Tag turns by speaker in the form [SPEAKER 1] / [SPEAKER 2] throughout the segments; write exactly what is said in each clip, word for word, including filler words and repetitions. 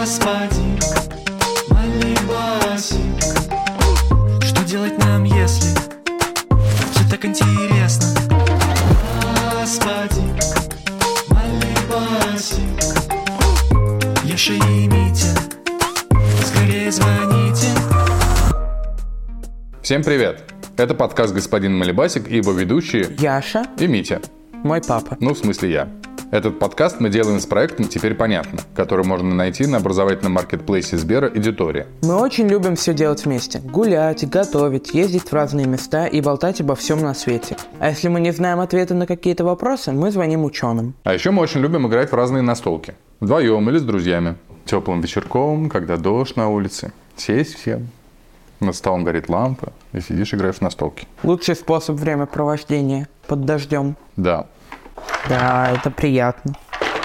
[SPEAKER 1] Господин Малибасик, что делать нам, если все так интересно? Господин Малибасик, Яша и Митя, скорее звоните.
[SPEAKER 2] Всем привет! Это подкаст «Господин Малибасик» и его ведущие
[SPEAKER 3] Яша
[SPEAKER 2] и Митя.
[SPEAKER 3] Мой папа.
[SPEAKER 2] Ну, в смысле я. Этот подкаст мы делаем с проектом «Теперь понятно», который можно найти на образовательном маркетплейсе Сбера «Эдитория».
[SPEAKER 3] Мы очень любим все делать вместе. Гулять, готовить, ездить в разные места и болтать обо всем на свете. А если мы не знаем ответы на какие-то вопросы, мы звоним ученым.
[SPEAKER 2] А еще мы очень любим играть в разные настолки. Вдвоем или с друзьями. Теплым вечерком, когда дождь на улице. Сесть всем. Над столом горит лампа, и сидишь, играешь в настолки.
[SPEAKER 3] Лучший способ времяпровождения под дождем.
[SPEAKER 2] Да.
[SPEAKER 3] Да, это приятно.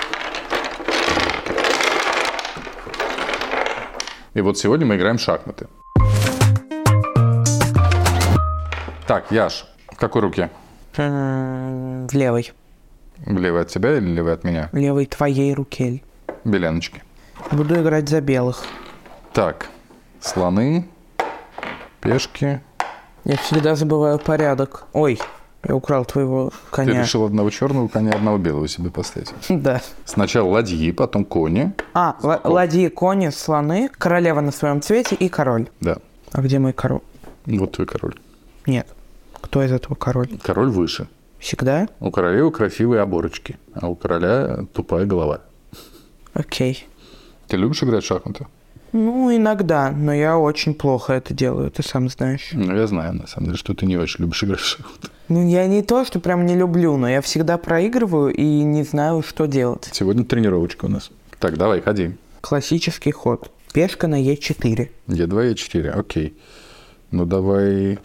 [SPEAKER 2] И вот сегодня мы играем в шахматы. Так, Яш, в какой руке?
[SPEAKER 3] В левой.
[SPEAKER 2] В левой от тебя или левой от меня?
[SPEAKER 3] В левой твоей руке.
[SPEAKER 2] Беляночки.
[SPEAKER 3] Буду играть за белых.
[SPEAKER 2] Так, слоны, пешки.
[SPEAKER 3] Я всегда забываю порядок. Ой, я украл твоего коня.
[SPEAKER 2] Ты решил одного черного коня, одного белого себе поставить.
[SPEAKER 3] Да.
[SPEAKER 2] Сначала ладьи, потом кони.
[SPEAKER 3] А, л- ладьи, кони, слоны, королева на своем цвете и король.
[SPEAKER 2] Да.
[SPEAKER 3] А где мой король?
[SPEAKER 2] Вот твой король.
[SPEAKER 3] Нет. Кто из этого король?
[SPEAKER 2] Король выше.
[SPEAKER 3] Всегда?
[SPEAKER 2] У королевы красивые оборочки, а у короля тупая голова.
[SPEAKER 3] Окей.
[SPEAKER 2] Ты любишь играть в шахматы?
[SPEAKER 3] Ну, иногда, но я очень плохо это делаю, ты сам знаешь.
[SPEAKER 2] Ну, я знаю, на самом деле, что ты не очень любишь играть в шахматы.
[SPEAKER 3] Ну, я не то, что прям не люблю, но я всегда проигрываю и не знаю, что делать.
[SPEAKER 2] Сегодня тренировочка у нас. Так, давай, ходи.
[SPEAKER 3] Классический ход. Пешка на е четыре.
[SPEAKER 2] е два, е четыре, окей. Ну, давай...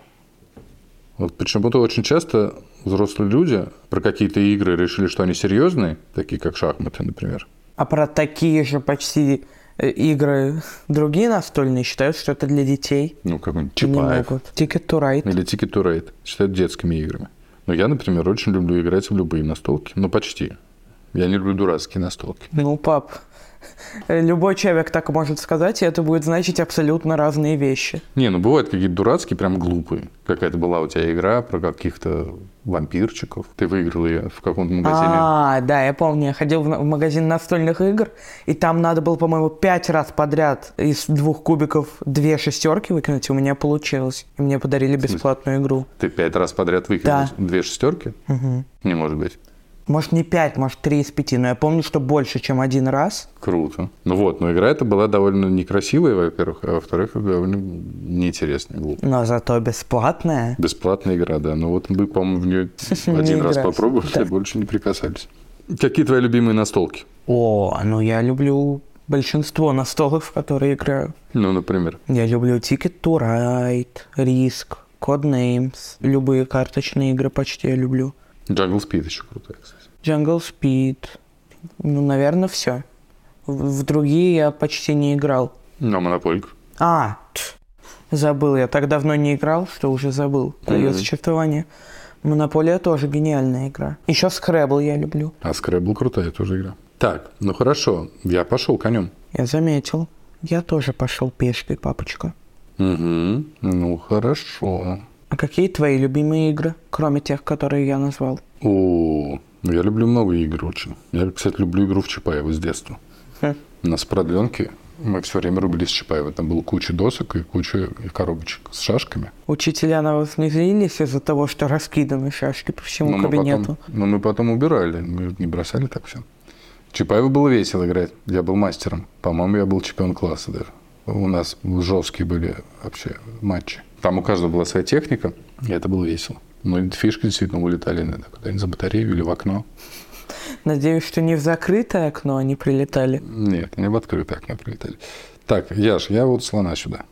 [SPEAKER 2] Вот почему-то очень часто взрослые люди про какие-то игры решили, что они серьезные, такие как шахматы, например.
[SPEAKER 3] А про такие же почти игры другие настольные считают, что это для детей.
[SPEAKER 2] Ну, какой-нибудь
[SPEAKER 3] Не
[SPEAKER 2] Чапаев.
[SPEAKER 3] могут. Ticket to Ride.
[SPEAKER 2] Или Ticket to Ride. Считают детскими играми. Но я, например, очень люблю играть в любые настолки. Ну, почти. Я не люблю дурацкие настолки.
[SPEAKER 3] Ну, пап, любой человек так может сказать, и это будет значить абсолютно разные вещи.
[SPEAKER 2] Не, ну бывают какие-то дурацкие, прям глупые. Какая-то была у тебя игра про каких-то вампирчиков. Ты выиграл ее в каком-то магазине.
[SPEAKER 3] А, да, я помню, я ходил в магазин настольных игр, и там надо было, по-моему, пять раз подряд из двух кубиков две шестерки выкинуть, и у меня получилось. И мне подарили бесплатную игру.
[SPEAKER 2] Ты пять раз подряд выкинул
[SPEAKER 3] Да.
[SPEAKER 2] две шестерки?
[SPEAKER 3] Угу.
[SPEAKER 2] Не может быть.
[SPEAKER 3] Может, не пять, может, три из пяти, но я помню, что больше, чем один раз.
[SPEAKER 2] Круто. Ну вот, но игра эта была довольно некрасивая, во-первых, а во-вторых, довольно неинтересная, глупая.
[SPEAKER 3] Но зато бесплатная.
[SPEAKER 2] Бесплатная игра, да. Ну вот мы, по-моему, в нее
[SPEAKER 3] Не
[SPEAKER 2] один раз
[SPEAKER 3] играли.
[SPEAKER 2] попробовали,
[SPEAKER 3] Да.
[SPEAKER 2] и больше не прикасались. Какие твои любимые настолки?
[SPEAKER 3] О, ну я люблю большинство настолок, в которые играю.
[SPEAKER 2] Ну, например.
[SPEAKER 3] Я люблю Ticket to Ride, Risk, Codenames, любые карточные игры почти я люблю.
[SPEAKER 2] Jungle Speed еще крутая, кстати.
[SPEAKER 3] Jungle Speed. Ну, наверное, все. В, в другие я почти не играл.
[SPEAKER 2] Ну, Монополька.
[SPEAKER 3] А, ть, забыл. Я так давно не играл, что уже забыл про ее
[SPEAKER 2] Мгм.
[SPEAKER 3] существование. Монополия тоже гениальная игра. Еще Scrabble я люблю.
[SPEAKER 2] А Scrabble крутая тоже игра. Так, ну хорошо, я пошел конем.
[SPEAKER 3] Я заметил. Я тоже пошел пешкой, папочка.
[SPEAKER 2] Угу, ну хорошо.
[SPEAKER 3] А какие твои любимые игры, кроме тех, которые я назвал?
[SPEAKER 2] О, ну я люблю много игр очень. Я, кстати, люблю игру в Чапаева с детства.
[SPEAKER 3] Хм.
[SPEAKER 2] У нас в продленке мы все время рубились с Чапаева. Там было куча досок и куча коробочек с шашками.
[SPEAKER 3] Учителя на вас не злились из-за того, что раскиданы шашки по всему
[SPEAKER 2] Но мы
[SPEAKER 3] кабинету?
[SPEAKER 2] потом, но мы потом убирали, мы не бросали так все. Чапаеву было весело играть. Я был мастером. По-моему, я был чемпион класса даже. У нас жесткие были вообще матчи. Там у каждого была своя техника, и это было весело. Но фишки действительно улетали иногда куда-нибудь за батарею или в окно.
[SPEAKER 3] Надеюсь, что не в закрытое окно они прилетали.
[SPEAKER 2] Нет, они в открытое окно прилетали. Так, Яш, я вот слона сюда.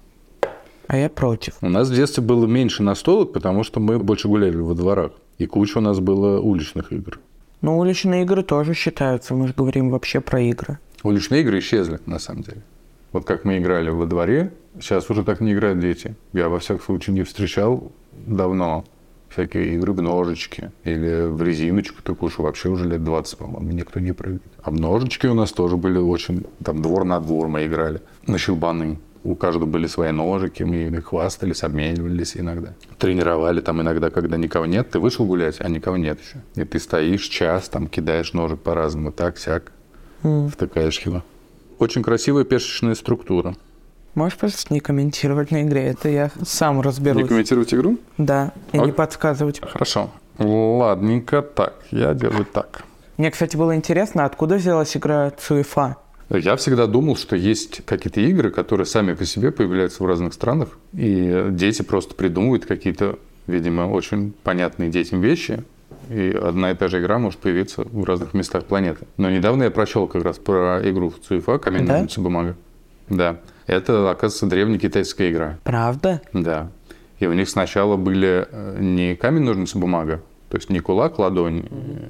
[SPEAKER 3] А я против.
[SPEAKER 2] У нас в детстве было меньше настолок, потому что мы больше гуляли во дворах. И куча у нас было уличных игр.
[SPEAKER 3] Но уличные игры тоже считаются. Мы же говорим вообще про игры.
[SPEAKER 2] Уличные игры исчезли, на самом деле. Вот как мы играли во дворе, сейчас уже так не играют дети. Я, во всяком случае, не встречал давно всякие игры в ножички или в резиночку такую, что вообще уже лет двадцать, по-моему, никто не прыгает. А в ножички у нас тоже были очень... Там двор на двор мы играли. На щелбаны. У каждого были свои ножики, мы ими хвастались, обменивались иногда. Тренировали там иногда, когда никого нет. Ты вышел гулять, а никого нет еще. И ты стоишь час, там кидаешь ножик по-разному, так-сяк, mm. втыкаешь его. Очень красивая пешечная структура.
[SPEAKER 3] Можешь просто не комментировать на игре, это я сам разберусь.
[SPEAKER 2] Не комментировать игру?
[SPEAKER 3] Да, и
[SPEAKER 2] Ок.
[SPEAKER 3] не подсказывать.
[SPEAKER 2] Хорошо. Ладненько, так, я делаю так.
[SPEAKER 3] Мне, кстати, было интересно, откуда взялась игра Цуефа?
[SPEAKER 2] Я всегда думал, что есть какие-то игры, которые сами по себе появляются в разных странах, и дети просто придумывают какие-то, видимо, очень понятные детям вещи, и одна и та же игра может появиться в разных местах планеты. Но недавно я прочел как раз про игру в Цуефа «Камень,
[SPEAKER 3] да?
[SPEAKER 2] ножницы, бумага». Да. Это, оказывается, древняя китайская игра.
[SPEAKER 3] Правда?
[SPEAKER 2] Да. И у них сначала были не камень, ножницы, бумага, то есть не кулак, ладонь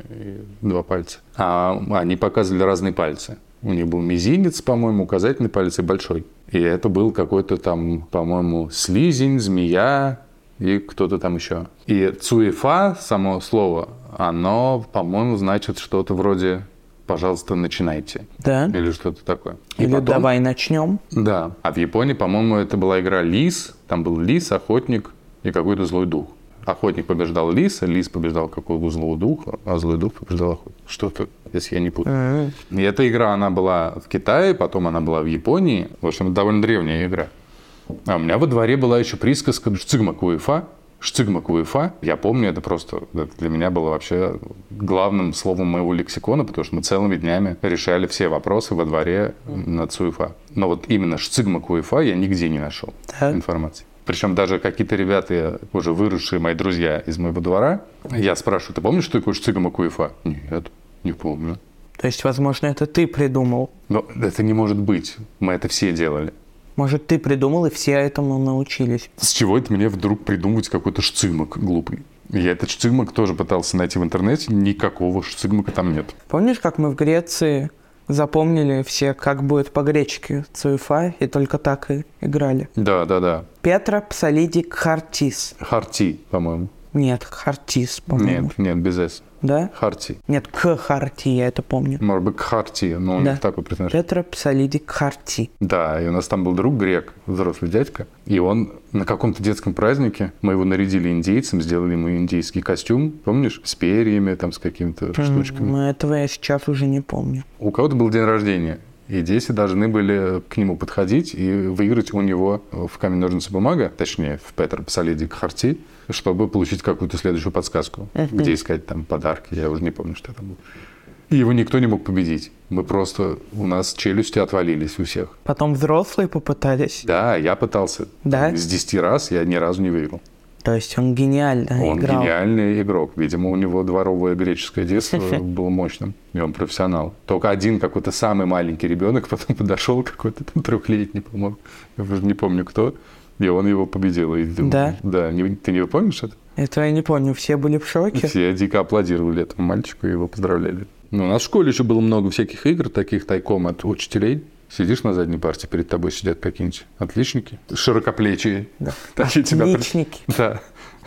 [SPEAKER 2] и два пальца, а они показывали разные пальцы. У них был мизинец, по-моему, указательный палец и большой. И это был какой-то там, по-моему, слизень, змея и кто-то там еще. И Цуефа, само слово, оно, по-моему, значит что-то вроде «пожалуйста, начинайте».
[SPEAKER 3] Да.
[SPEAKER 2] Или что-то такое. И
[SPEAKER 3] Или
[SPEAKER 2] потом...
[SPEAKER 3] «давай начнем».
[SPEAKER 2] Да. А в Японии, по-моему, это была игра «Лис». Там был лис, охотник и какой-то злой дух. Охотник побеждал лиса, лис побеждал какого-то злого духа, а злой дух побеждал охотника. Что-то, если я не путаю. Mm-hmm. И эта игра, она была в Китае, потом она была в Японии. В общем, это довольно древняя игра. А у меня во дворе была еще присказка «Шцигмак Уефа». Шцигмак Уефа. Я помню, это просто это для меня было вообще главным словом моего лексикона, потому что мы целыми днями решали все вопросы во дворе на Цуефа. Но вот именно Шцигмак Уефа я нигде не нашел
[SPEAKER 3] да.
[SPEAKER 2] информации. Причем даже какие-то ребята, уже выросшие мои друзья из моего двора, я спрашиваю, ты помнишь, что такое Шцигмак Уефа? Нет, не помню.
[SPEAKER 3] То есть, возможно, это ты придумал?
[SPEAKER 2] Но это не может быть. Мы это все делали.
[SPEAKER 3] Может, ты придумал, и все этому научились?
[SPEAKER 2] С чего это мне вдруг придумывать какой-то шцигмак глупый? Я этот шцигмак тоже пытался найти в интернете. Никакого шцигмака там нет.
[SPEAKER 3] Помнишь, как мы в Греции запомнили все, как будет по-гречески Цуефа, и только так и играли?
[SPEAKER 2] Да, да, да.
[SPEAKER 3] Петра Псалиди Кхартис.
[SPEAKER 2] Харти, по-моему.
[SPEAKER 3] Нет, Хартис, по-моему.
[SPEAKER 2] Нет, нет, без «с».
[SPEAKER 3] Да?
[SPEAKER 2] Харти.
[SPEAKER 3] Нет, Кхарти, я это помню.
[SPEAKER 2] Может быть, Кхарти, но
[SPEAKER 3] да.
[SPEAKER 2] так вот произношение.
[SPEAKER 3] Петра Псалиди Кхарти.
[SPEAKER 2] Да, и у нас там был друг грек, взрослый дядька, и он на каком-то детском празднике, мы его нарядили индейцем, сделали ему индейский костюм, помнишь, с перьями, там, с какими-то mm, штучками.
[SPEAKER 3] Ну, этого я сейчас уже не помню.
[SPEAKER 2] У кого-то был день рождения, и дети должны были к нему подходить и выиграть у него в камень, ножницы, бумага, точнее, в Петра Псалиди Кхарти, чтобы получить какую-то следующую подсказку, uh-huh. где искать там подарки, я уже не помню, что там было. И его никто не мог победить. Мы просто, у нас челюсти отвалились у всех.
[SPEAKER 3] Потом взрослые попытались?
[SPEAKER 2] Да, я пытался.
[SPEAKER 3] Да?
[SPEAKER 2] С десяти раз я ни разу не выиграл.
[SPEAKER 3] То есть он гениально
[SPEAKER 2] он
[SPEAKER 3] играл? Он
[SPEAKER 2] гениальный игрок. Видимо, у него дворовое греческое детство было мощным. И он профессионал. Только один какой-то самый маленький ребенок потом подошел, какой-то там трехлетний, по-моему. Я уже не помню кто. И он его победил. И,
[SPEAKER 3] да?
[SPEAKER 2] Да. Не, ты не помнишь это?
[SPEAKER 3] Это я не помню. Все были в шоке?
[SPEAKER 2] Все дико аплодировали этому мальчику и его поздравляли. Ну, у нас в школе еще было много всяких игр, таких тайком от учителей. Сидишь на задней парте, перед тобой сидят какие-нибудь отличники. Широкоплечие.
[SPEAKER 3] Да.
[SPEAKER 2] Отличники. Да.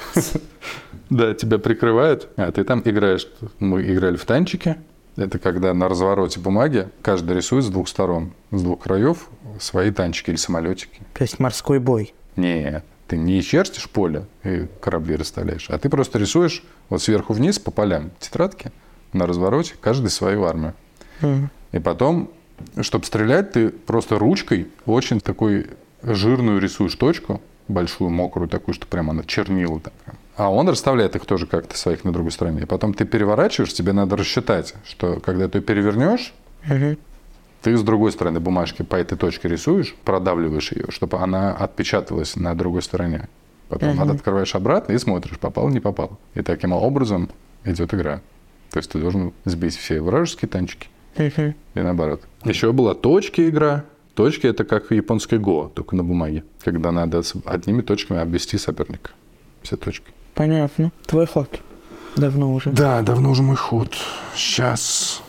[SPEAKER 2] Да, тебя прикрывают, а ты там играешь. Мы играли в танчики. Это когда на развороте бумаги каждый рисует с двух сторон, с двух краев свои танчики или самолетики.
[SPEAKER 3] То есть морской бой?
[SPEAKER 2] Нет, ты не чертишь поле и корабли расставляешь, а ты просто рисуешь вот сверху вниз по полям тетрадки на развороте каждый свою армию. Mm. И потом, чтобы стрелять, ты просто ручкой очень такой жирную рисуешь точку, большую, мокрую такую, что прямо она чернила там. А он расставляет их тоже как-то своих на другой стороне. И потом ты переворачиваешь, тебе надо рассчитать, что когда ты перевернешь, mm-hmm. ты с другой стороны бумажки по этой точке рисуешь, продавливаешь ее, чтобы она отпечаталась на другой стороне. Потом mm-hmm. открываешь обратно и смотришь, попал, не попал. И таким образом идет игра. То есть ты должен сбить все вражеские танчики. Mm-hmm. И наоборот. Еще была точки игра. Точки — это как японский го, только на бумаге. Когда надо с одними точками обвести соперника. Все точки.
[SPEAKER 3] Понятно. Твой ход. Давно уже.
[SPEAKER 2] Да, давно уже мой ход. Сейчас.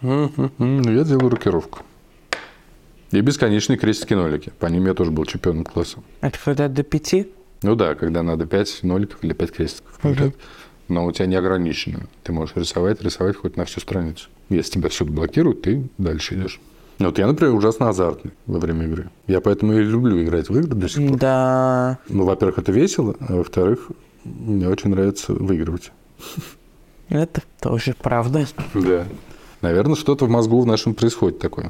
[SPEAKER 2] Я делаю рокировку. И бесконечные крестики-нолики. По ним я тоже был чемпионом класса.
[SPEAKER 3] Это когда до пяти?
[SPEAKER 2] Ну да, когда надо пять ноликов или пять крестиков.
[SPEAKER 3] Мгм.
[SPEAKER 2] Но у тебя не ограничено. Ты можешь рисовать, рисовать хоть на всю страницу. Если тебя всюду блокируют, ты дальше идешь. Вот я, например, ужасно азартный во время игры. Я поэтому и люблю играть в игры до сих пор.
[SPEAKER 3] Да.
[SPEAKER 2] Ну, во-первых, это весело, а во-вторых, мне очень нравится выигрывать.
[SPEAKER 3] Это тоже правда.
[SPEAKER 2] Да. Наверное, что-то в мозгу в нашем происходит такое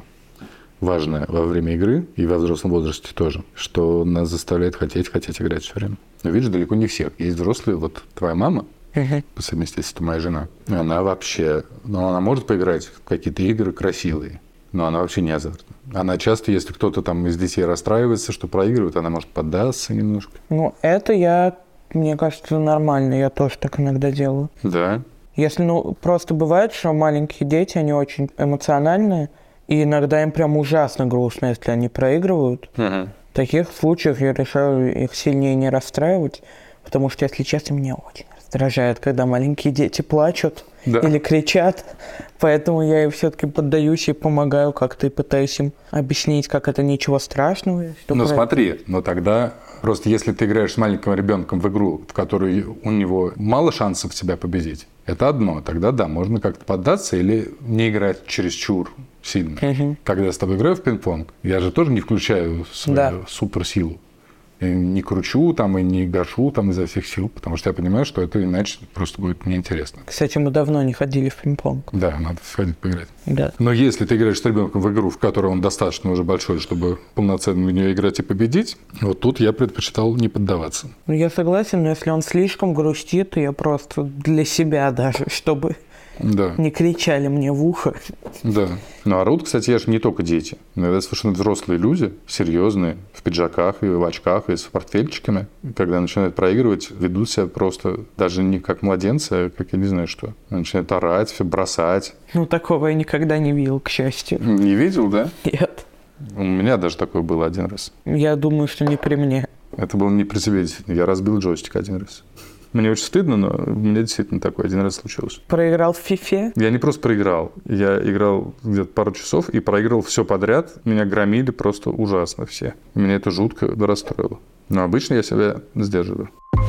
[SPEAKER 2] важное во время игры и во взрослом возрасте тоже, что нас заставляет хотеть, хотеть играть все время. Но видишь, далеко не всех. Есть взрослые, вот твоя мама,
[SPEAKER 3] Мгм.
[SPEAKER 2] по совместительству моя жена, она вообще, ну, она может поиграть в какие-то игры красивые, но она вообще не азартна. Она часто, если кто-то там из детей расстраивается, что проигрывает, она может поддаться немножко.
[SPEAKER 3] Ну, это я, мне кажется, нормально. Я тоже так иногда делаю.
[SPEAKER 2] Да.
[SPEAKER 3] Если, ну, просто бывает, что маленькие дети, они очень эмоциональные, и иногда им прям ужасно грустно, если они проигрывают.
[SPEAKER 2] Угу.
[SPEAKER 3] В таких случаях я решаю их сильнее не расстраивать, потому что, если честно, меня очень раздражает, когда маленькие дети плачут
[SPEAKER 2] Да.
[SPEAKER 3] или кричат. Поэтому я им все-таки поддаюсь и помогаю как-то и пытаюсь им объяснить, как это ничего страшного. что
[SPEAKER 2] Ну
[SPEAKER 3] про-
[SPEAKER 2] смотри, но тогда просто если ты играешь с маленьким ребенком в игру, в которой у него мало шансов тебя победить, это одно. Тогда да, можно как-то поддаться или не играть чересчур сильно.
[SPEAKER 3] Мгм.
[SPEAKER 2] Когда я с тобой играю в пинг-понг, я же тоже не включаю свою
[SPEAKER 3] Да.
[SPEAKER 2] суперсилу. Я не кручу там и не гашу там изо всех сил, потому что я понимаю, что это иначе просто будет неинтересно.
[SPEAKER 3] Кстати, мы давно не ходили в пинг-понг.
[SPEAKER 2] Да, надо сходить поиграть.
[SPEAKER 3] Да.
[SPEAKER 2] Но если ты играешь с ребенком в игру, в которой он достаточно уже большой, чтобы полноценно в нее играть и победить, вот тут я предпочитал не поддаваться.
[SPEAKER 3] Ну, я согласен, но если он слишком грустит, то я просто для себя даже, чтобы
[SPEAKER 2] Да,
[SPEAKER 3] не кричали мне в ухо.
[SPEAKER 2] да. Ну, орут, кстати, я же не только дети. Иногда совершенно взрослые люди, серьезные, в пиджаках и в очках, и с портфельчиками, когда начинают проигрывать, ведут себя просто даже не как младенцы, а как я не знаю что. Начинают орать, всё бросать.
[SPEAKER 3] Ну, такого я никогда не видел, к счастью.
[SPEAKER 2] Не видел, да?
[SPEAKER 3] Нет.
[SPEAKER 2] У меня даже такое было один раз.
[SPEAKER 3] Я думаю, что не при мне.
[SPEAKER 2] Это было не при себе, действительно. Я разбил джойстик один раз. Мне очень стыдно, но у меня действительно такое один раз случилось.
[SPEAKER 3] Проиграл в фифе?
[SPEAKER 2] Я не просто проиграл. Я играл где-то пару часов и проиграл все подряд. Меня громили просто ужасно все. Меня это жутко расстроило. Но обычно я себя сдерживаю.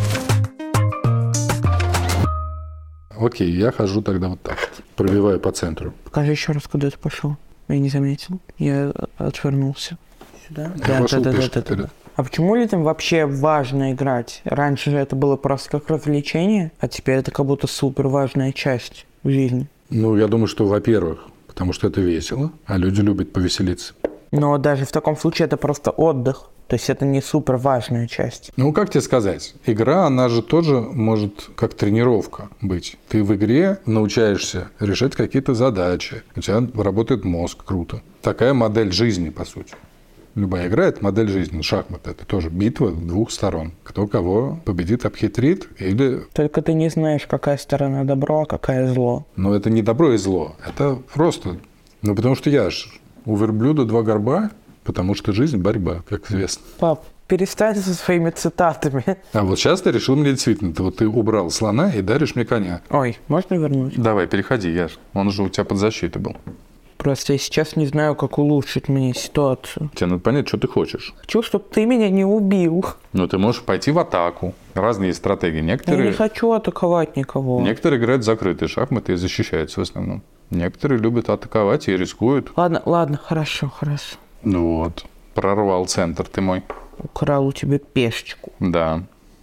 [SPEAKER 2] Окей, я хожу тогда вот так. Пробиваю по центру.
[SPEAKER 3] Покажи еще раз, куда ты пошел. Я не заметил. Я отвернулся. Сюда?
[SPEAKER 2] Я пошел пешком вперед.
[SPEAKER 3] А почему людям вообще важно играть? Раньше же это было просто как развлечение, а теперь это как будто супер важная часть в жизни.
[SPEAKER 2] Ну, я думаю, что, во-первых, потому что это весело, а люди любят повеселиться.
[SPEAKER 3] Но даже в таком случае это просто отдых. То есть это не супер важная часть.
[SPEAKER 2] Ну, как тебе сказать? Игра, она же тоже может как тренировка быть. Ты в игре научаешься решать какие-то задачи. У тебя работает мозг круто. Такая модель жизни, по сути. Любая игра – это модель жизни. Шахматы – это тоже битва двух сторон. Кто кого победит, обхитрит или…
[SPEAKER 3] Только ты не знаешь, какая сторона добро, а какая зло.
[SPEAKER 2] Но это не добро и зло. Это просто… Ну, потому что я ж у верблюда два горба, потому что жизнь – борьба, как известно.
[SPEAKER 3] Пап, перестань со своими цитатами.
[SPEAKER 2] А вот сейчас ты решил мне действительно, ты, вот ты убрал слона и даришь мне коня.
[SPEAKER 3] Ой, можно вернуть?
[SPEAKER 2] Давай, переходи, Яш. Он же у тебя под защитой был.
[SPEAKER 3] Просто я сейчас не знаю, как улучшить мне ситуацию.
[SPEAKER 2] Тебе надо понять, что ты хочешь.
[SPEAKER 3] Хочу, чтобы ты меня не убил.
[SPEAKER 2] Ну, ты можешь пойти в атаку. Разные есть стратегии.
[SPEAKER 3] Я
[SPEAKER 2] Некоторые,
[SPEAKER 3] не хочу атаковать никого.
[SPEAKER 2] некоторые играют в закрытые шахматы и защищаются в основном. Некоторые любят атаковать и рискуют.
[SPEAKER 3] Ладно, ладно, хорошо, хорошо.
[SPEAKER 2] Ну вот, прорвал центр ты мой.
[SPEAKER 3] Украл у тебя пешечку.
[SPEAKER 2] Да.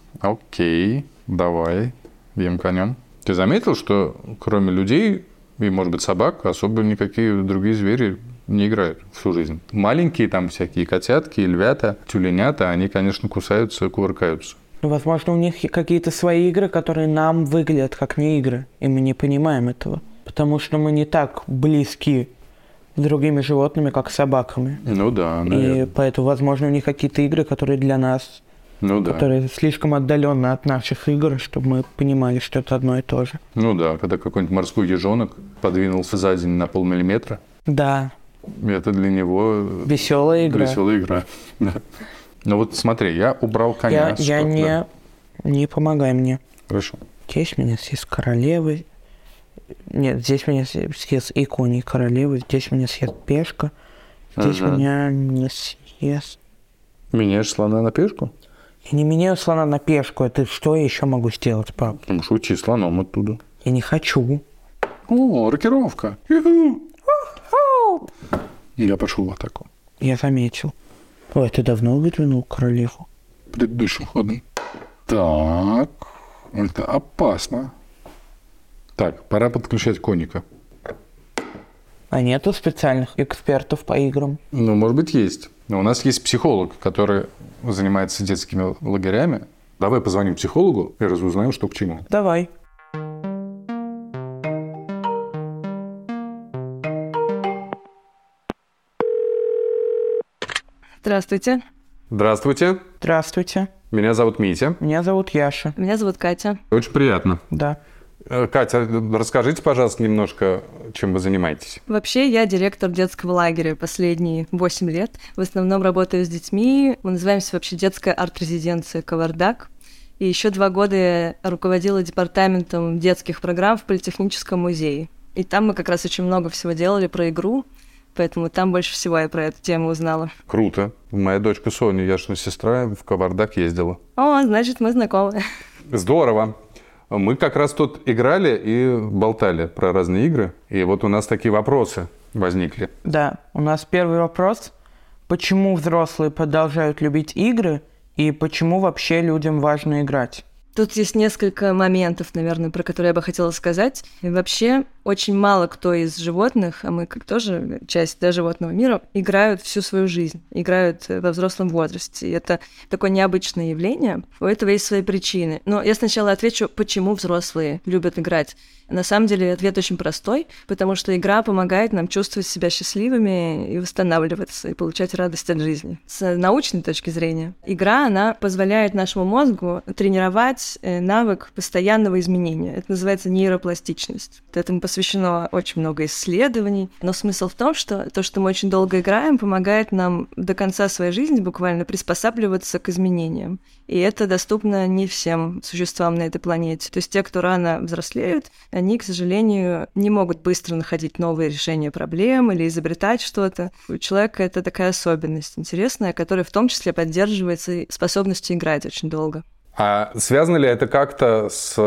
[SPEAKER 2] Окей, давай, бьем конем. Ты заметил, что кроме людей и, может быть, собак, особо никакие другие звери не играют всю жизнь. Маленькие там всякие котятки, львята, тюленята, они, конечно, кусаются и кувыркаются.
[SPEAKER 3] Ну, возможно, у них и какие-то свои игры, которые нам выглядят как не игры. И мы не понимаем этого. Потому что мы не так близки с другими животными, как с собаками.
[SPEAKER 2] Ну да,
[SPEAKER 3] И
[SPEAKER 2] наверное.
[SPEAKER 3] поэтому, возможно, у них какие-то игры, которые для нас,
[SPEAKER 2] Ну да.
[SPEAKER 3] которые слишком отдаленно от наших игр, чтобы мы понимали, что это одно и то же.
[SPEAKER 2] Ну да, когда какой-нибудь морской ежонок подвинулся за день на полмиллиметра,
[SPEAKER 3] Да,
[SPEAKER 2] это для него
[SPEAKER 3] веселая игра.
[SPEAKER 2] веселая игра. Да. Ну вот смотри, я убрал коня.
[SPEAKER 3] Я,
[SPEAKER 2] с
[SPEAKER 3] я
[SPEAKER 2] шахмат,
[SPEAKER 3] не...
[SPEAKER 2] да.
[SPEAKER 3] Не помогай мне.
[SPEAKER 2] Хорошо.
[SPEAKER 3] Здесь меня съест королевы. Нет, здесь меня съест и конь, и королевы. Здесь меня съест пешка. Здесь
[SPEAKER 2] Ага.
[SPEAKER 3] меня не съест.
[SPEAKER 2] Меняешь слона на пешку?
[SPEAKER 3] Я не меняю слона на пешку. Это что я еще могу сделать, пап?
[SPEAKER 2] Ну, шути слоном оттуда.
[SPEAKER 3] Я не хочу.
[SPEAKER 2] О, рокировка. Ю-ху. Я пошел в атаку.
[SPEAKER 3] Я заметил. Ой, ты давно выдвинул королеву?
[SPEAKER 2] Предыдущим ходом. Так, это опасно. Так, пора подключать конника.
[SPEAKER 3] А нету специальных экспертов по играм?
[SPEAKER 2] Ну, может быть, есть. Но у нас есть психолог, который занимается детскими лагерями. Давай позвоним психологу и разузнаем, что к чему.
[SPEAKER 3] Давай.
[SPEAKER 4] Здравствуйте.
[SPEAKER 2] Здравствуйте.
[SPEAKER 3] Здравствуйте.
[SPEAKER 2] Меня зовут Митя.
[SPEAKER 3] Меня зовут Яша.
[SPEAKER 4] Меня зовут Катя.
[SPEAKER 2] Очень приятно.
[SPEAKER 3] Да.
[SPEAKER 2] Э, Катя, расскажите, пожалуйста, немножко, чем вы занимаетесь.
[SPEAKER 4] Вообще, я директор детского лагеря последние восемь лет. В основном работаю с детьми. Мы называемся вообще детская арт-резиденция «Кавардак». И еще два года я руководила департаментом детских программ в Политехническом музее. И там мы как раз очень много всего делали про игру, поэтому там больше всего я про эту тему узнала.
[SPEAKER 2] Круто. Моя дочка Соня, Яшина сестра, в Кавардак ездила.
[SPEAKER 4] О, значит, мы знакомы.
[SPEAKER 2] Здорово. Мы как раз тут играли и болтали про разные игры. И вот у нас такие вопросы возникли.
[SPEAKER 3] Да, у нас первый вопрос. Почему взрослые продолжают любить игры и почему вообще людям важно играть?
[SPEAKER 4] Тут есть несколько моментов, наверное, про которые я бы хотела сказать. И вообще, очень мало кто из животных, а мы как тоже часть да, животного мира, играют всю свою жизнь, играют во взрослом возрасте. И это такое необычное явление. У этого есть свои причины. Но я сначала отвечу, почему взрослые любят играть. На самом деле ответ очень простой, потому что игра помогает нам чувствовать себя счастливыми и восстанавливаться, и получать радость от жизни. С научной точки зрения, игра, она позволяет нашему мозгу тренировать навык постоянного изменения. Это называется нейропластичность. Этому посвящено очень много исследований. Но смысл в том, что то, что мы очень долго играем, помогает нам до конца своей жизни буквально приспосабливаться к изменениям. И это доступно не всем существам на этой планете. То есть те, кто рано взрослеют, они, к сожалению, не могут быстро находить новые решения проблем или изобретать что-то. У человека это такая особенность интересная, которая в том числе поддерживается способностью играть очень долго.
[SPEAKER 2] А связано ли это как-то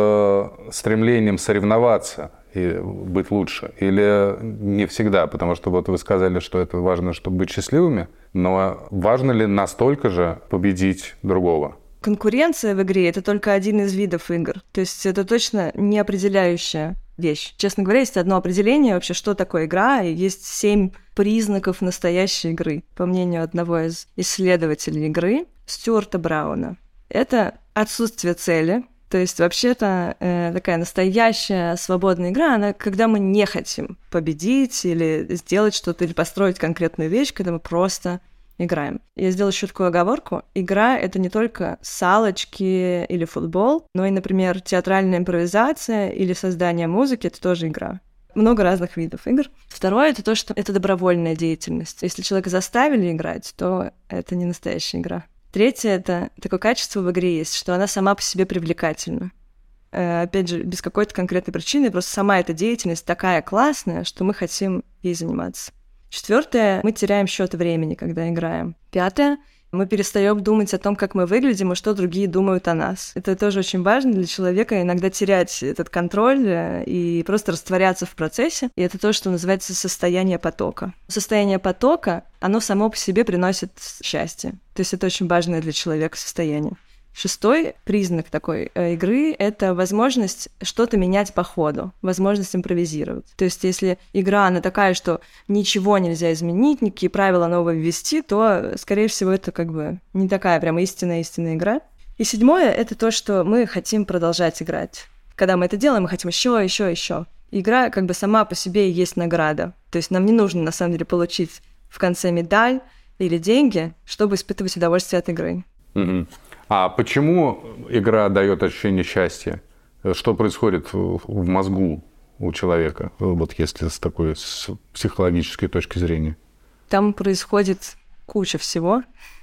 [SPEAKER 2] с стремлением соревноваться и быть лучше? Или не всегда? Потому что вот вы сказали, что это важно, чтобы быть счастливыми, но важно ли настолько же победить другого?
[SPEAKER 4] Конкуренция в игре — это только один из видов игр. То есть это точно не определяющая вещь. Честно говоря, есть одно определение вообще, что такое игра, и есть семь признаков настоящей игры, по мнению одного из исследователей игры, Стюарта Брауна. Это отсутствие цели. То есть вообще-то э, такая настоящая свободная игра, она когда мы не хотим победить или сделать что-то, или построить конкретную вещь, когда мы просто играем. Я сделала еще такую оговорку. Игра — это не только салочки или футбол, но и, например, театральная импровизация или создание музыки — это тоже игра. Много разных видов игр. Второе — это то, что это добровольная деятельность. Если человека заставили играть, то это не настоящая игра. Третье — это такое качество в игре есть, что она сама по себе привлекательна. Э, опять же, без какой-то конкретной причины, просто сама эта деятельность такая классная, что мы хотим ей заниматься. Четвертое — мы теряем счет времени, когда играем. Пятое — мы перестаем думать о том, как мы выглядим и что другие думают о нас. Это тоже очень важно для человека, иногда терять этот контроль и просто растворяться в процессе. И это то, что называется состояние потока. Состояние потока, оно само по себе приносит счастье. То есть это очень важное для человека состояние. Шестой признак такой э, игры — это возможность что-то менять по ходу, возможность импровизировать. То есть если игра, она такая, что ничего нельзя изменить, никакие правила новые ввести, то, скорее всего, это как бы не такая прям истинная-истинная игра. И седьмое — это то, что мы хотим продолжать играть. Когда мы это делаем, мы хотим еще, еще, еще. Игра как бы сама по себе и есть награда. То есть нам не нужно, на самом деле, получить в конце медаль или деньги, чтобы испытывать удовольствие от игры.
[SPEAKER 2] Угу. А почему игра дает ощущение счастья? Что происходит в мозгу у человека, вот если с такой с психологической точки зрения?
[SPEAKER 4] Там происходит куча всего.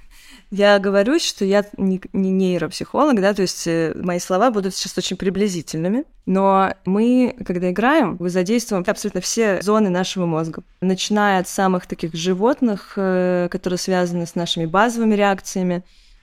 [SPEAKER 4] Я говорю, что я не, не нейропсихолог, да, то есть мои слова будут сейчас очень приблизительными, но мы, когда играем, мы задействуем абсолютно все зоны нашего мозга, начиная от самых таких животных, которые связаны с нашими базовыми реакциями,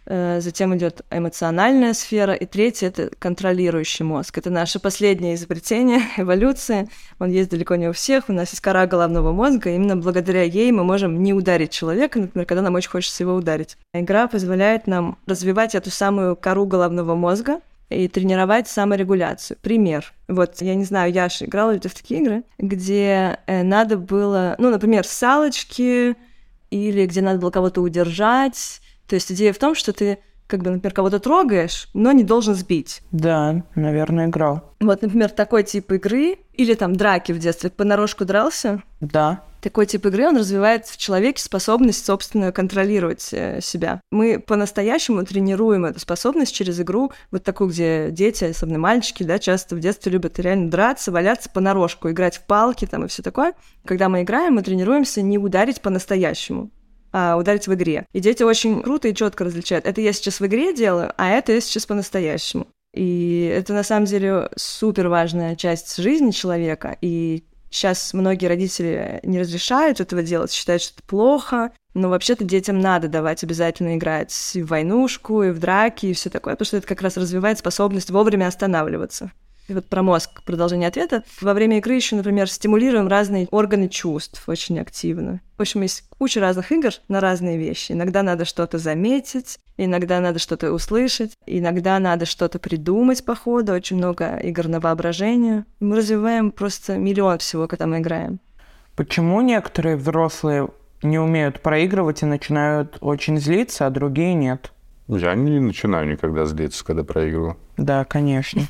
[SPEAKER 4] затем идет эмоциональная сфера, и третье — это контролирующий мозг. Это наше последнее изобретение эволюции. Он есть далеко не у всех. У нас есть кора головного мозга, и именно благодаря ей мы можем не ударить человека, например, когда нам очень хочется его ударить. Игра позволяет нам развивать эту самую кору головного мозга и тренировать саморегуляцию. Пример. Вот, я не знаю, Яша, играла ли ты в такие игры, где надо было, ну, например, салочки, или где надо было кого-то удержать. То есть идея в том, что ты, как бы, например, кого-то трогаешь, но не должен сбить.
[SPEAKER 3] Да, наверное, играл.
[SPEAKER 4] Вот, например, такой тип игры, или там драки в детстве, понарошку дрался.
[SPEAKER 3] Да.
[SPEAKER 4] Такой тип игры, он развивает в человеке способность, собственно, контролировать э, себя. Мы по-настоящему тренируем эту способность через игру, вот такую, где дети, особенно мальчики, да, часто в детстве любят реально драться, валяться понарошку, играть в палки там и все такое. Когда мы играем, мы тренируемся не ударить по-настоящему, а ударить в игре. И дети очень круто и четко различают. Это я сейчас в игре делаю, а это я сейчас по-настоящему. И это, на самом деле, супер важная часть жизни человека. И сейчас многие родители не разрешают этого делать, считают, что это плохо. Но вообще-то детям надо давать обязательно играть и в войнушку, и в драки, и все такое, потому что это как раз развивает способность вовремя останавливаться. И вот про мозг, продолжение ответа. Во время игры еще, например, стимулируем разные органы чувств очень активно. В общем, есть куча разных игр на разные вещи. Иногда надо что-то заметить, иногда надо что-то услышать, иногда надо что-то придумать по ходу. Очень много игр на воображение. Мы развиваем просто миллион всего, когда мы играем.
[SPEAKER 3] Почему некоторые взрослые не умеют проигрывать и начинают очень злиться, а другие нет?
[SPEAKER 2] Я не начинаю никогда злиться, когда проигрываю.
[SPEAKER 3] Да, конечно.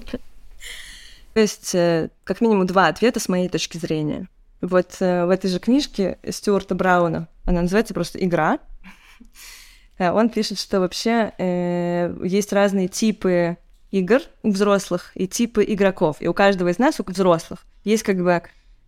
[SPEAKER 4] То есть, как минимум, два ответа с моей точки зрения. Вот в этой же книжке Стюарта Брауна, она называется просто «Игра». Он пишет, что вообще э, есть разные типы игр у взрослых и типы игроков. И у каждого из нас, у взрослых, есть как бы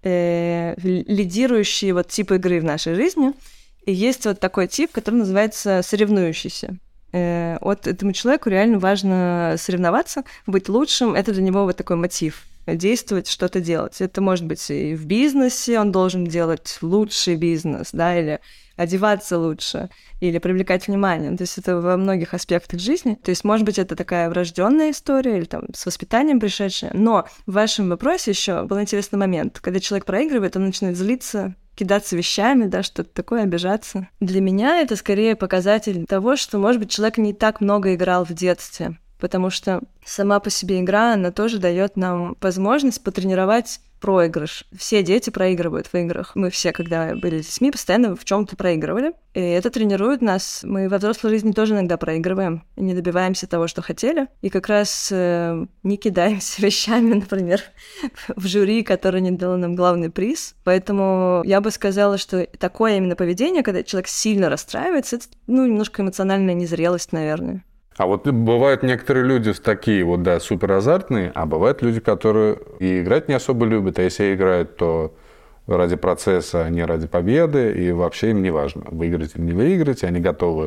[SPEAKER 4] э, лидирующие вот типы игры в нашей жизни. И есть вот такой тип, который называется соревнующийся. Вот этому человеку реально важно соревноваться, быть лучшим. Это для него вот такой мотив — действовать, что-то делать. Это может быть и в бизнесе, он должен делать лучший бизнес, да, или одеваться лучше, или привлекать внимание. То есть это во многих аспектах жизни. То есть, может быть, это такая врожденная история или там с воспитанием пришедшая. Но в вашем вопросе еще был интересный момент. Когда человек проигрывает, он начинает злиться, кидаться вещами, да, что-то такое, обижаться. Для меня это скорее показатель того, что, может быть, человек не так много играл в детстве, потому что сама по себе игра, она тоже дает нам возможность потренировать проигрыш. Все дети проигрывают в играх. Мы все, когда были детьми, постоянно в чем-то проигрывали. И это тренирует нас. Мы во взрослой жизни тоже иногда проигрываем и не добиваемся того, что хотели. И как раз э, не кидаемся вещами, например, в жюри, которое не дало нам главный приз. Поэтому я бы сказала, что такое именно поведение, когда человек сильно расстраивается, это, ну, немножко эмоциональная незрелость, наверное.
[SPEAKER 2] А вот бывают некоторые люди такие вот, да, супер азартные, а бывают люди, которые и играть не особо любят, а если играют, то ради процесса, а не ради победы, и вообще им не важно, выиграть или не выиграть, они готовы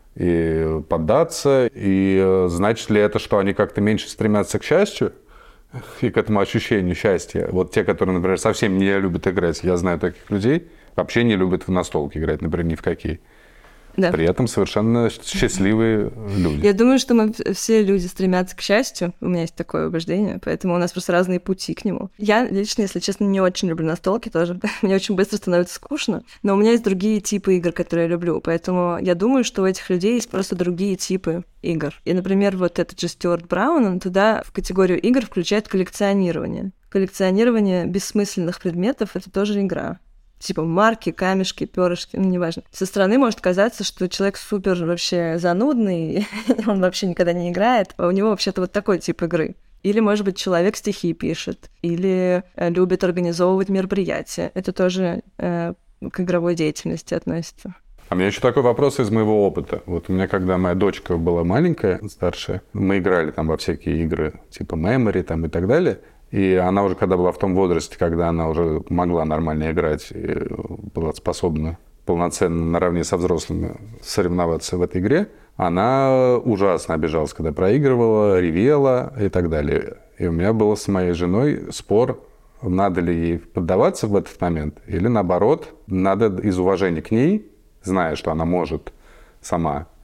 [SPEAKER 2] и поддаться, и значит ли это, что они как-то меньше стремятся к счастью и к этому ощущению счастья? Вот те, которые, например, совсем не любят играть, я знаю таких людей, вообще не любят в настолки играть, например, ни в какие. Да. При этом совершенно счастливые люди.
[SPEAKER 4] Я думаю, что мы все люди стремятся к счастью. У меня есть такое убеждение, поэтому у нас просто разные пути к нему. Я лично, если честно, не очень люблю настолки тоже. Мне очень быстро становится скучно. Но у меня есть другие типы игр, которые я люблю. Поэтому я думаю, что у этих людей есть просто другие типы игр. И, например, вот этот же Стюарт Браун, он туда в категорию игр включает коллекционирование. Коллекционирование бессмысленных предметов — это тоже игра. Типа марки, камешки, перышки, ну, неважно. Со стороны может казаться, что человек супер вообще занудный, он вообще никогда не играет, а у него вообще-то вот такой тип игры. Или, может быть, человек стихи пишет, или э, любит организовывать мероприятия. Это тоже э, к игровой деятельности относится.
[SPEAKER 2] А у меня еще такой вопрос из моего опыта. Вот у меня, когда моя дочка была маленькая, старшая, мы играли там во всякие игры, типа Memory там и так далее. И она уже, когда была в том возрасте, когда она уже могла нормально играть и была способна полноценно наравне со взрослыми соревноваться в этой игре, она ужасно обижалась, когда проигрывала, ревела и так далее. И у меня был с моей женой спор, надо ли ей поддаваться в этот момент, или наоборот, надо из уважения к ней, зная, что она может сама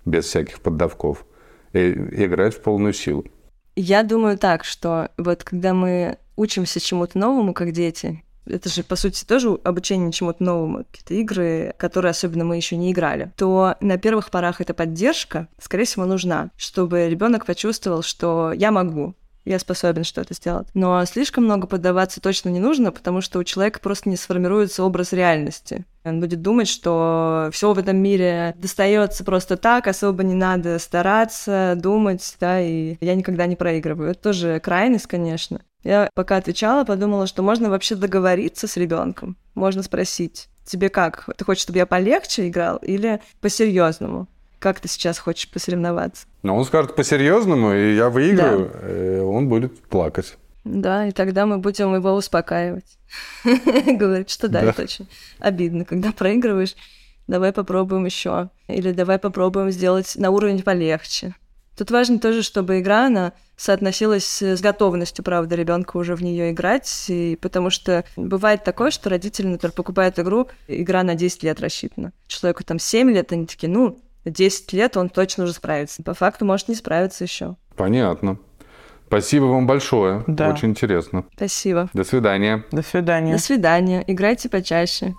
[SPEAKER 2] без всяких поддавков, и играть в полную силу.
[SPEAKER 4] Я думаю так, что вот когда мы учимся чему-то новому, как дети, это же, по сути, тоже обучение чему-то новому, какие-то игры, которые особенно мы еще не играли, то на первых порах эта поддержка, скорее всего, нужна, чтобы ребенок почувствовал, что я могу, я способен что-то сделать. Но слишком много поддаваться точно не нужно, потому что у человека просто не сформируется образ реальности. Он будет думать, что все в этом мире достается просто так, особо не надо стараться, думать, да, и я никогда не проигрываю. Это тоже крайность, конечно. Я пока отвечала, подумала, что можно вообще договориться с ребенком. Можно спросить: тебе как? Ты хочешь, чтобы я полегче играл или по-серьезному? Как ты сейчас хочешь посоревноваться?
[SPEAKER 2] Но он скажет по-серьезному, и я выиграю, да. И он будет плакать.
[SPEAKER 4] Да, и тогда мы будем его успокаивать. Говорит, что да, это очень обидно, когда проигрываешь. Давай попробуем еще. Или давай попробуем сделать на уровень полегче. Тут важно тоже, чтобы игра, она соотносилась с готовностью, правда, ребенка уже в нее играть, и потому что бывает такое, что родители, например, покупают игру, игра на десять лет рассчитана. Человеку там семь лет, они такие, ну, десять лет он точно уже справится. По факту может не справиться еще.
[SPEAKER 2] Понятно. Спасибо вам большое.
[SPEAKER 3] Да.
[SPEAKER 2] Очень интересно.
[SPEAKER 4] Спасибо.
[SPEAKER 2] До свидания.
[SPEAKER 3] До свидания.
[SPEAKER 4] До свидания. Играйте почаще.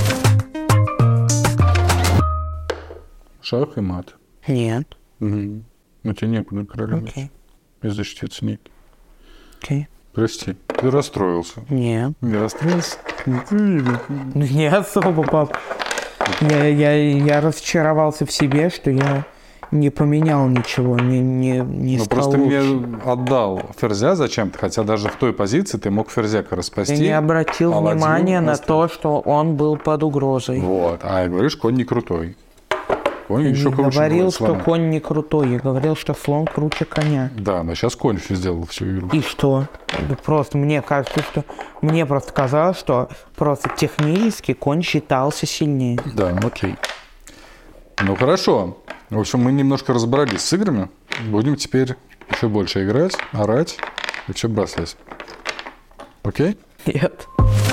[SPEAKER 2] Шах и мат.
[SPEAKER 3] Нет.
[SPEAKER 2] Угу. Ну, тебе некуда, королева.
[SPEAKER 3] Окей.
[SPEAKER 2] И защититься некуда.
[SPEAKER 3] Окей.
[SPEAKER 2] Прости, ты расстроился.
[SPEAKER 3] Нет.
[SPEAKER 2] Не расстроился?
[SPEAKER 3] Не особо, пап. Я, я, я разочаровался в себе, что я не поменял ничего, не, не, не
[SPEAKER 2] ну,
[SPEAKER 3] стал
[SPEAKER 2] просто
[SPEAKER 3] лучше.
[SPEAKER 2] мне отдал ферзя зачем-то, хотя даже в той позиции ты мог ферзяка распасти.
[SPEAKER 3] Ты не обратил
[SPEAKER 2] а
[SPEAKER 3] внимания на
[SPEAKER 2] оставил.
[SPEAKER 3] то, что он был под угрозой.
[SPEAKER 2] Вот. А говоришь, конь не крутой. Конь
[SPEAKER 3] Я
[SPEAKER 2] еще
[SPEAKER 3] не
[SPEAKER 2] круче
[SPEAKER 3] говорил,
[SPEAKER 2] бывает,
[SPEAKER 3] что
[SPEAKER 2] слона.
[SPEAKER 3] конь не крутой, я говорил, что слон круче коня.
[SPEAKER 2] Да, но сейчас конь все сделал всю игру.
[SPEAKER 3] И что? Да просто мне кажется, что... Мне просто казалось, что просто технически конь считался сильнее.
[SPEAKER 2] Да, окей. Ну, хорошо. В общем, мы немножко разобрались с играми. Будем теперь еще больше играть, орать и все бросать. Окей?
[SPEAKER 3] Нет.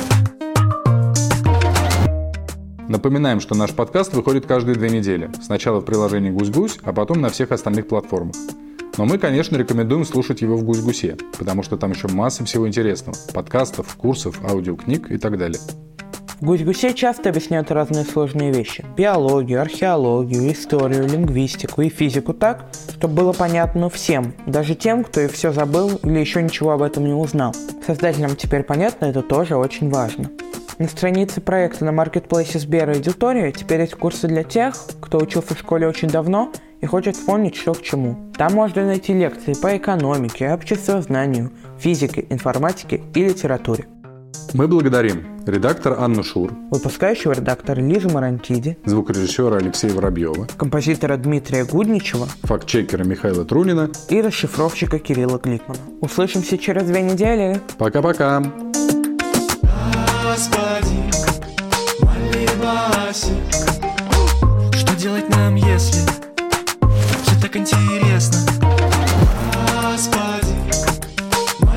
[SPEAKER 2] Напоминаем, что наш подкаст выходит каждые две недели. Сначала в приложении «Гусь-Гусь», а потом на всех остальных платформах. Но мы, конечно, рекомендуем слушать его в «Гусь-Гусе», потому что там еще масса всего интересного. Подкастов, курсов, аудиокниг и так далее.
[SPEAKER 3] В «Гусь-Гусе» часто объясняют разные сложные вещи. Биологию, археологию, историю, лингвистику и физику так, чтобы было понятно всем, даже тем, кто и все забыл или еще ничего об этом не узнал. Создателям теперь понятно, это тоже очень важно. На странице проекта на маркетплейсе Сбера Эдитория теперь есть курсы для тех, кто учился в школе очень давно и хочет вспомнить, что к чему. Там можно найти лекции по экономике, обществознанию, физике, информатике и литературе.
[SPEAKER 2] Мы благодарим редактор Анну Шур,
[SPEAKER 3] Выпускающего редактора Лизу Марантиди,
[SPEAKER 2] звукорежиссера Алексея Воробьева,
[SPEAKER 3] композитора Дмитрия Гудничева
[SPEAKER 2] фактчекера Михаила Трунина
[SPEAKER 3] и расшифровщика Кирилла Гликмана. Услышимся через две недели.
[SPEAKER 2] Пока-пока!
[SPEAKER 1] Господи.